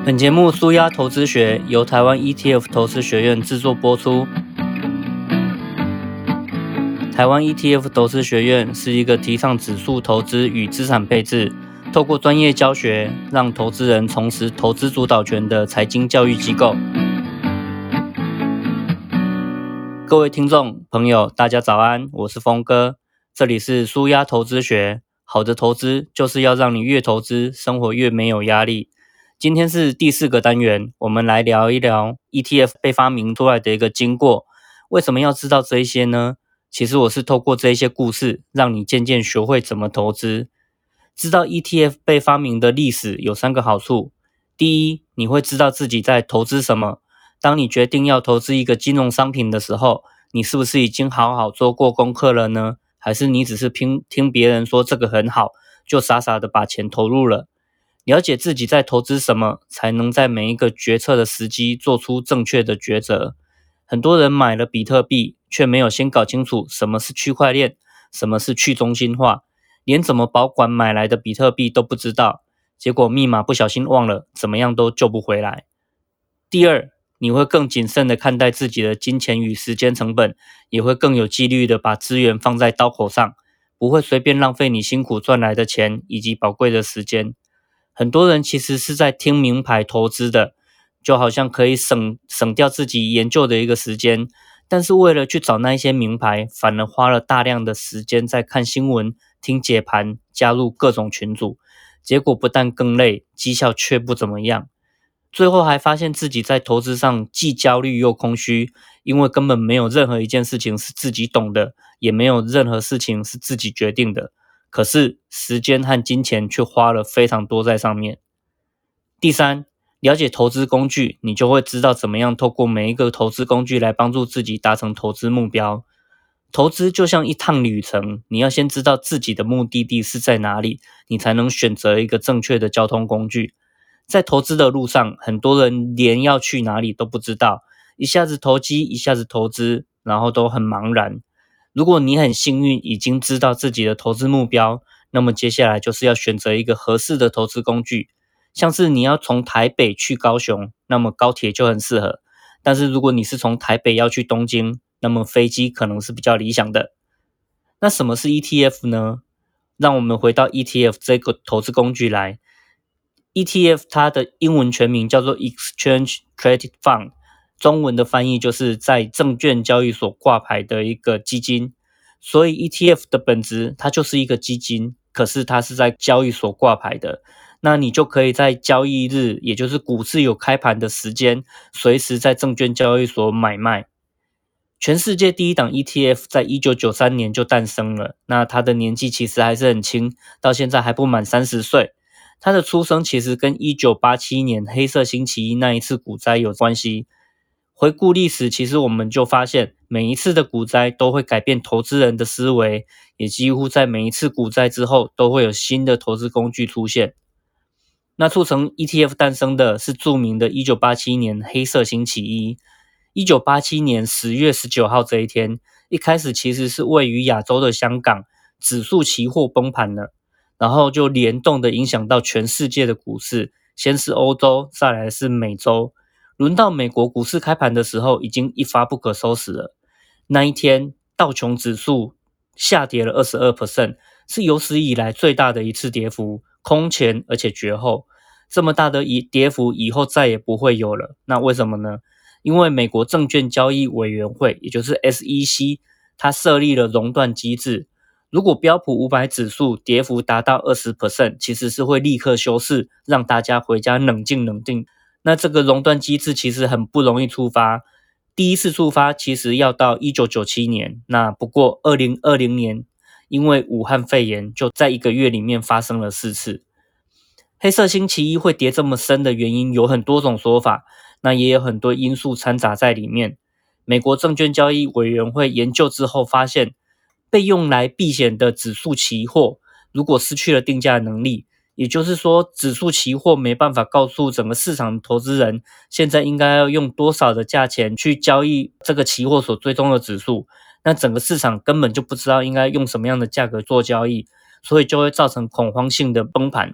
本节目舒压投资学由台湾 ETF 投资学院制作播出。台湾 ETF 投资学院是一个提倡指数投资与资产配置，透过专业教学，让投资人重拾投资主导权的财经教育机构。各位听众朋友，大家早安，我是峰哥，这里是舒压投资学。好的投资就是要让你越投资，生活越没有压力。今天是第4个单元，我们来聊一聊 ETF 被发明出来的一个经过。为什么要知道这一些呢？其实我是透过这一些故事，让你渐渐学会怎么投资。知道 ETF 被发明的历史有3个好处。第一，你会知道自己在投资什么。当你决定要投资一个金融商品的时候，你是不是已经好好做过功课了呢？还是你只是听别人说这个很好，就傻傻的把钱投入了？了解自己在投资什么，才能在每一个决策的时机做出正确的抉择。很多人买了比特币，却没有先搞清楚什么是区块链，什么是去中心化，连怎么保管买来的比特币都不知道，结果密码不小心忘了，怎么样都救不回来。第二，你会更谨慎的看待自己的金钱与时间成本，也会更有纪律的把资源放在刀口上，不会随便浪费你辛苦赚来的钱以及宝贵的时间。很多人其实是在听名牌投资的，就好像可以省掉自己研究的一个时间，但是为了去找那一些名牌，反而花了大量的时间在看新闻、听解盘、加入各种群组，结果不但更累，绩效却不怎么样。最后还发现自己在投资上既焦虑又空虚，因为根本没有任何一件事情是自己懂的，也没有任何事情是自己决定的。可是时间和金钱却花了非常多在上面。第三，了解投资工具，你就会知道怎么样透过每一个投资工具来帮助自己达成投资目标。投资就像一趟旅程，你要先知道自己的目的地是在哪里，你才能选择一个正确的交通工具。在投资的路上，很多人连要去哪里都不知道，一下子投机，一下子投资，然后都很茫然。如果你很幸运已经知道自己的投资目标，那么接下来就是要选择一个合适的投资工具。像是你要从台北去高雄，那么高铁就很适合。但是如果你是从台北要去东京，那么飞机可能是比较理想的。那什么是 ETF 呢？让我们回到 ETF 这个投资工具来。ETF 它的英文全名叫做 Exchange Traded Fund， 中文的翻译就是在证券交易所挂牌的一个基金。所以 ETF 的本质它就是一个基金，可是它是在交易所挂牌的。那你就可以在交易日，也就是股市有开盘的时间，随时在证券交易所买卖。全世界第一档 ETF 在1993年就诞生了，那它的年纪其实还是很轻，到现在还不满30岁。他的出生其实跟1987年黑色星期一那一次股灾有关系。回顾历史，其实我们就发现每一次的股灾都会改变投资人的思维，也几乎在每一次股灾之后都会有新的投资工具出现。那促成 ETF 诞生的是著名的1987年黑色星期一。1987年10月19号这一天，一开始其实是位于亚洲的香港指数期货崩盘了，然后就联动的影响到全世界的股市，先是欧洲，再来是美洲。轮到美国股市开盘的时候，已经一发不可收拾了。那一天，道琼指数下跌了 22%， 是有史以来最大的一次跌幅，空前而且绝后。这么大的跌幅以后再也不会有了。那为什么呢？因为美国证券交易委员会，也就是 SEC， 它设立了熔断机制。如果标普500指数跌幅达到 20%， 其实是会立刻休市，让大家回家冷静。那这个熔断机制其实很不容易触发，第一次触发其实要到1997年，那不过2020年因为武汉肺炎就在1个月里面发生了4次。黑色星期一会跌这么深的原因有很多种说法，那也有很多因素掺杂在里面。美国证券交易委员会研究之后发现，被用来避险的指数期货如果失去了定价能力，也就是说指数期货没办法告诉整个市场投资人现在应该要用多少的价钱去交易这个期货所追踪的指数，那整个市场根本就不知道应该用什么样的价格做交易，所以就会造成恐慌性的崩盘。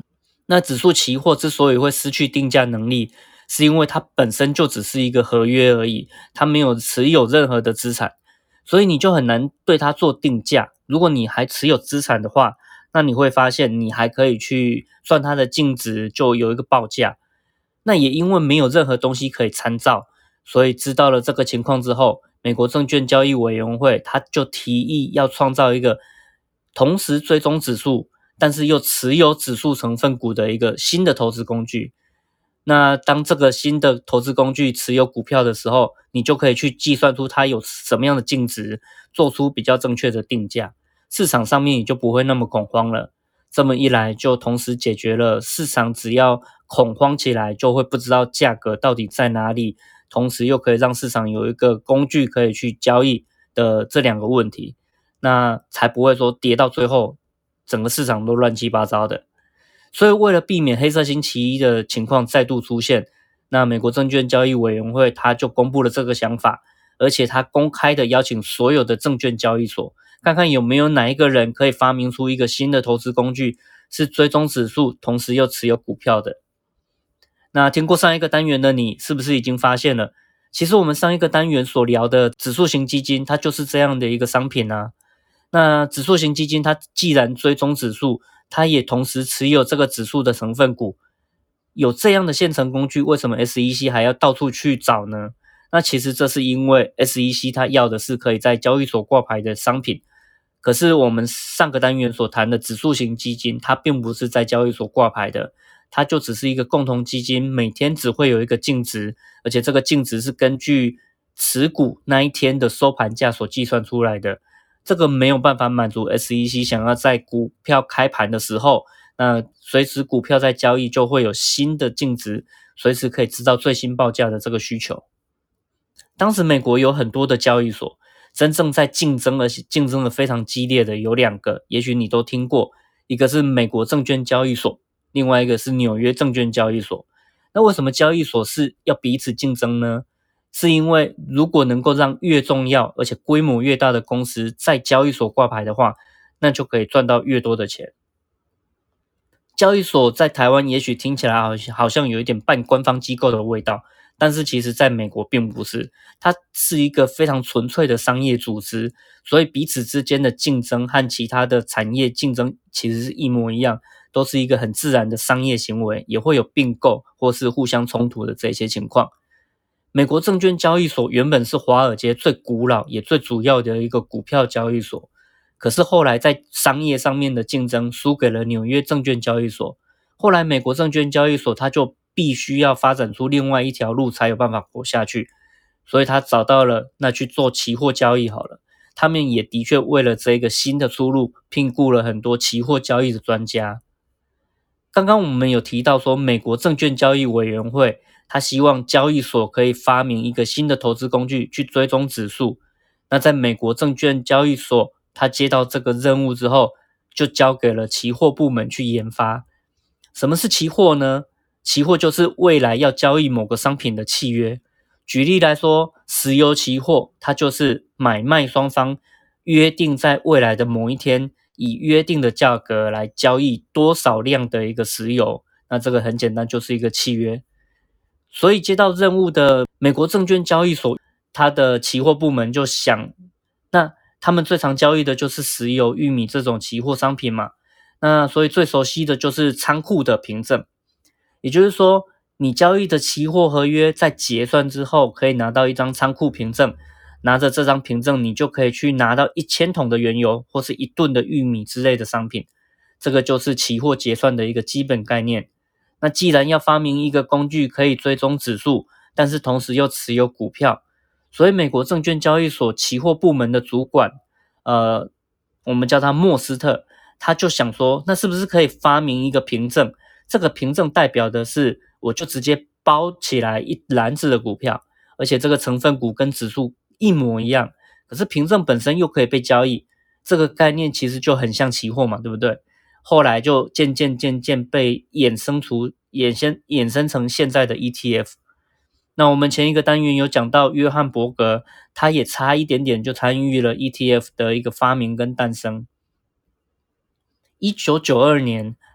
那指数期货之所以会失去定价能力，是因为它本身就只是一个合约而已，它没有持有任何的资产，所以你就很难对它做定价。如果你还持有资产的话，那你会发现你还可以去算它的净值，就有一个报价。那也因为没有任何东西可以参照，所以知道了这个情况之后，美国证券交易委员会他就提议要创造一个同时追踪指数，但是又持有指数成分股的一个新的投资工具。那当这个新的投资工具持有股票的时候，你就可以去计算出它有什么样的净值，做出比较正确的定价，市场上面也就不会那么恐慌了。这么一来，就同时解决了市场只要恐慌起来就会不知道价格到底在哪里，同时又可以让市场有一个工具可以去交易的这两个问题，那才不会说跌到最后整个市场都乱七八糟的。所以为了避免黑色星期一的情况再度出现，那美国证券交易委员会他就公布了这个想法，而且他公开的邀请所有的证券交易所，看看有没有哪一个人可以发明出一个新的投资工具，是追踪指数，同时又持有股票的。那听过上一个单元的你，是不是已经发现了，其实我们上一个单元所聊的指数型基金，它就是这样的一个商品啊。那指数型基金它既然追踪指数，它也同时持有这个指数的成分股，有这样的现成工具，为什么 SEC 还要到处去找呢？那其实这是因为 SEC 它要的是可以在交易所挂牌的商品，可是我们上个单元所谈的指数型基金，它并不是在交易所挂牌的，它就只是一个共同基金，每天只会有一个净值，而且这个净值是根据持股那一天的收盘价所计算出来的。这个没有办法满足 SEC 想要在股票开盘的时候，那随时股票在交易就会有新的净值，随时可以知道最新报价的这个需求。当时美国有很多的交易所，真正在竞争，而且竞争的非常激烈的有两个，也许你都听过，一个是美国证券交易所，另外一个是纽约证券交易所。那为什么交易所是要彼此竞争呢？是因为如果能够让越重要而且规模越大的公司在交易所挂牌的话，那就可以赚到越多的钱。交易所在台湾也许听起来好像有一点半官方机构的味道，但是其实在美国并不是，它是一个非常纯粹的商业组织，所以彼此之间的竞争和其他的产业竞争其实是一模一样，都是一个很自然的商业行为，也会有并购或是互相冲突的这些情况。美国证券交易所原本是华尔街最古老也最主要的一个股票交易所，可是后来在商业上面的竞争输给了纽约证券交易所，后来美国证券交易所它就必须要发展出另外一条路才有办法活下去，所以他找到了那去做期货交易好了。他们也的确为了这个新的出路聘雇了很多期货交易的专家。刚刚我们有提到说美国证券交易委员会他希望交易所可以发明一个新的投资工具去追踪指数。那在美国证券交易所他接到这个任务之后，就交给了期货部门去研发。什么是期货呢？期货就是未来要交易某个商品的契约。举例来说，石油期货它就是买卖双方约定在未来的某一天以约定的价格来交易多少量的一个石油，那这个很简单，就是一个契约。所以接到任务的美国证券交易所，它的期货部门就想，那他们最常交易的就是石油、玉米这种期货商品嘛，那所以最熟悉的就是仓库的凭证。也就是说，你交易的期货合约在结算之后，可以拿到一张仓库凭证，拿着这张凭证，你就可以去拿到1000桶的原油或是1吨的玉米之类的商品。这个就是期货结算的一个基本概念。那既然要发明一个工具可以追踪指数，但是同时又持有股票，所以美国证券交易所期货部门的主管，我们叫他莫斯特，他就想说，那是不是可以发明一个凭证？这个凭证代表的是，我就直接包起来一篮子的股票，而且这个成分股跟指数一模一样，可是凭证本身又可以被交易，这个概念其实就很像期货嘛，对不对？后来就渐渐被衍生成现在的 ETF。那我们前一个单元有讲到约翰伯格，他也差一点点就参与了 ETF 的一个发明跟诞生。1992年，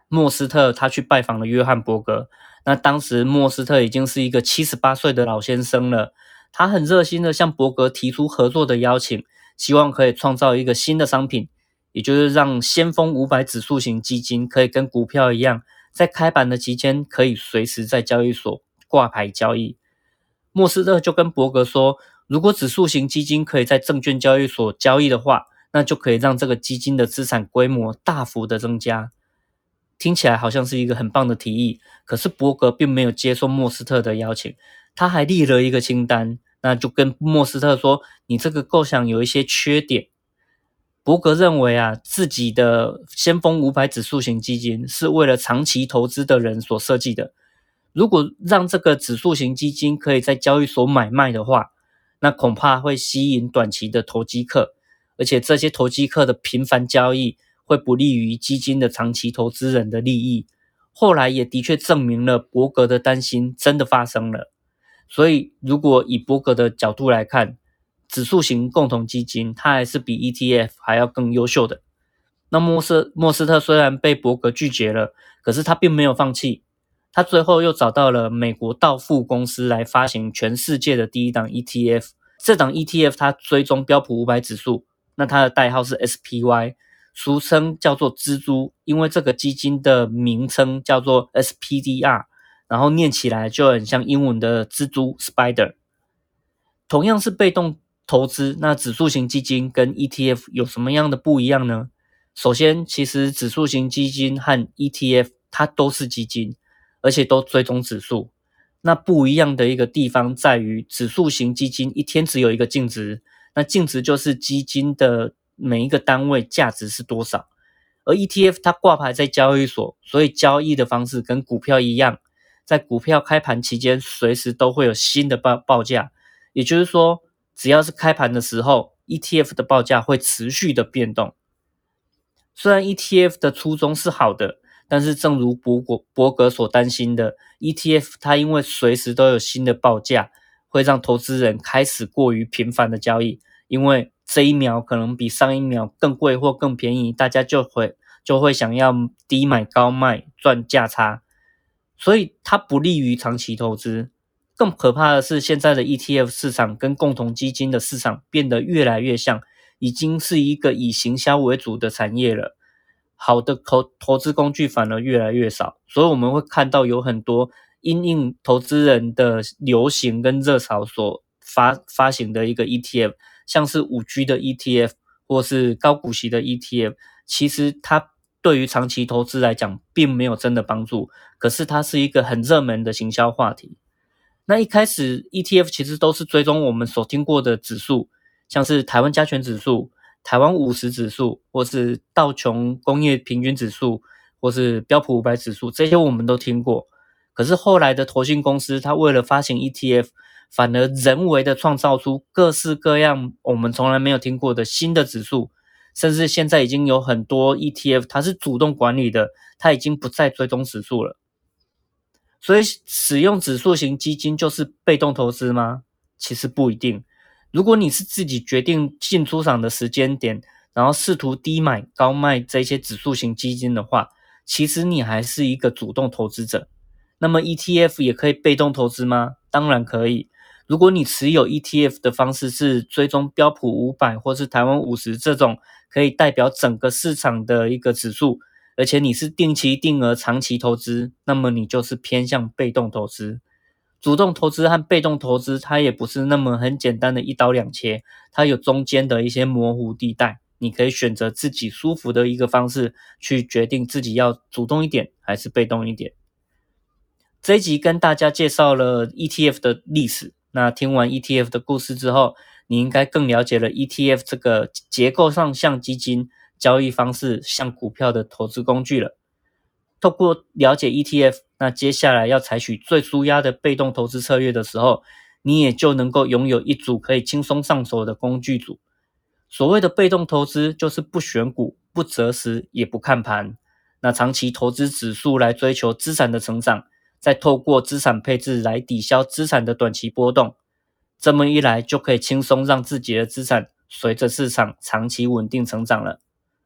莫斯特他去拜访了约翰伯格，那当时莫斯特已经是一个78岁的老先生了，他很热心的向伯格提出合作的邀请，希望可以创造一个新的商品，也就是让先锋500指数型基金可以跟股票一样，在开盘的期间可以随时在交易所挂牌交易。莫斯特就跟伯格说，如果指数型基金可以在证券交易所交易的话，那就可以让这个基金的资产规模大幅的增加。听起来好像是一个很棒的提议，可是伯格并没有接受莫斯特的邀请，他还列了一个清单，那就跟莫斯特说，你这个构想有一些缺点。伯格认为自己的先锋500指数型基金是为了长期投资的人所设计的，如果让这个指数型基金可以在交易所买卖的话，那恐怕会吸引短期的投机客，而且这些投机客的频繁交易会不利于基金的长期投资人的利益。后来也的确证明了伯格的担心真的发生了。所以如果以伯格的角度来看，指数型共同基金它还是比 ETF 还要更优秀的。那莫斯特虽然被伯格拒绝了，可是他并没有放弃，他最后又找到了美国道富公司来发行全世界的第一档 ETF。 这档 ETF 它追踪标普500指数，那它的代号是 SPY， 俗称叫做蜘蛛，因为这个基金的名称叫做 SPDR， 然后念起来就很像英文的蜘蛛 Spider。 同样是被动投资，那指数型基金跟 ETF 有什么样的不一样呢？首先，其实指数型基金和 ETF 它都是基金，而且都追踪指数。那不一样的一个地方在于，指数型基金一天只有一个净值，那净值就是基金的每一个单位价值是多少。而 ETF 它挂牌在交易所，所以交易的方式跟股票一样，在股票开盘期间随时都会有新的报价，也就是说，只要是开盘的时候， ETF 的报价会持续的变动。虽然 ETF 的初衷是好的，但是正如伯格所担心的， ETF 它因为随时都有新的报价，会让投资人开始过于频繁的交易，因为这一秒可能比上一秒更贵或更便宜，大家就会想要低买高卖赚价差，所以它不利于长期投资。更可怕的是，现在的 ETF 市场跟共同基金的市场变得越来越像，已经是一个以行销为主的产业了。好的投资工具反而越来越少，所以我们会看到有很多因应投资人的流行跟热潮所发行的一个 ETF， 像是 5G 的 ETF 或是高股息的 ETF， 其实它对于长期投资来讲并没有真的帮助，可是它是一个很热门的行销话题。那一开始 ETF 其实都是追踪我们所听过的指数，像是台湾加权指数、台湾50指数，或是道琼工业平均指数，或是标普500指数，这些我们都听过。可是后来的投信公司，它为了发行 ETF， 反而人为的创造出各式各样我们从来没有听过的新的指数，甚至现在已经有很多 ETF 它是主动管理的，它已经不再追踪指数了。所以使用指数型基金就是被动投资吗？其实不一定。如果你是自己决定进出场的时间点，然后试图低买高卖这些指数型基金的话，其实你还是一个主动投资者。那么 ETF 也可以被动投资吗？当然可以。如果你持有 ETF 的方式是追踪标普500或是台湾50这种可以代表整个市场的一个指数，而且你是定期定额长期投资，那么你就是偏向被动投资。主动投资和被动投资它也不是那么很简单的一刀两切，它有中间的一些模糊地带，你可以选择自己舒服的一个方式去决定自己要主动一点还是被动一点。这一集跟大家介绍了 ETF 的历史，那听完 ETF 的故事之后，你应该更了解了 ETF 这个结构上像基金，交易方式像股票的投资工具了。透过了解 ETF， 那接下来要采取最舒压的被动投资策略的时候，你也就能够拥有一组可以轻松上手的工具组。所谓的被动投资就是不选股、不择时也不看盘，那长期投资指数来追求资产的成长，再透过资产配置来抵消资产的短期波动，这么一来就可以轻松让自己的资产随着市场长期稳定成长了。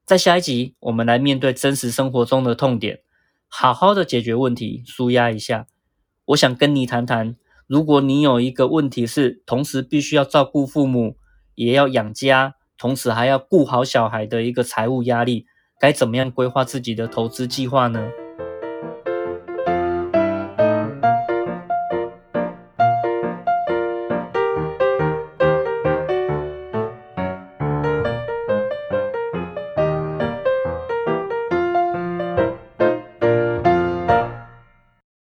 在下一集，我们来面对真实生活中的痛点，好好的解决问题，抒压一下。我想跟你谈谈，如果你有一个问题是同时必须要照顾父母，也要养家，同时还要顾好小孩的一个财务压力，该怎么样规划自己的投资计划呢？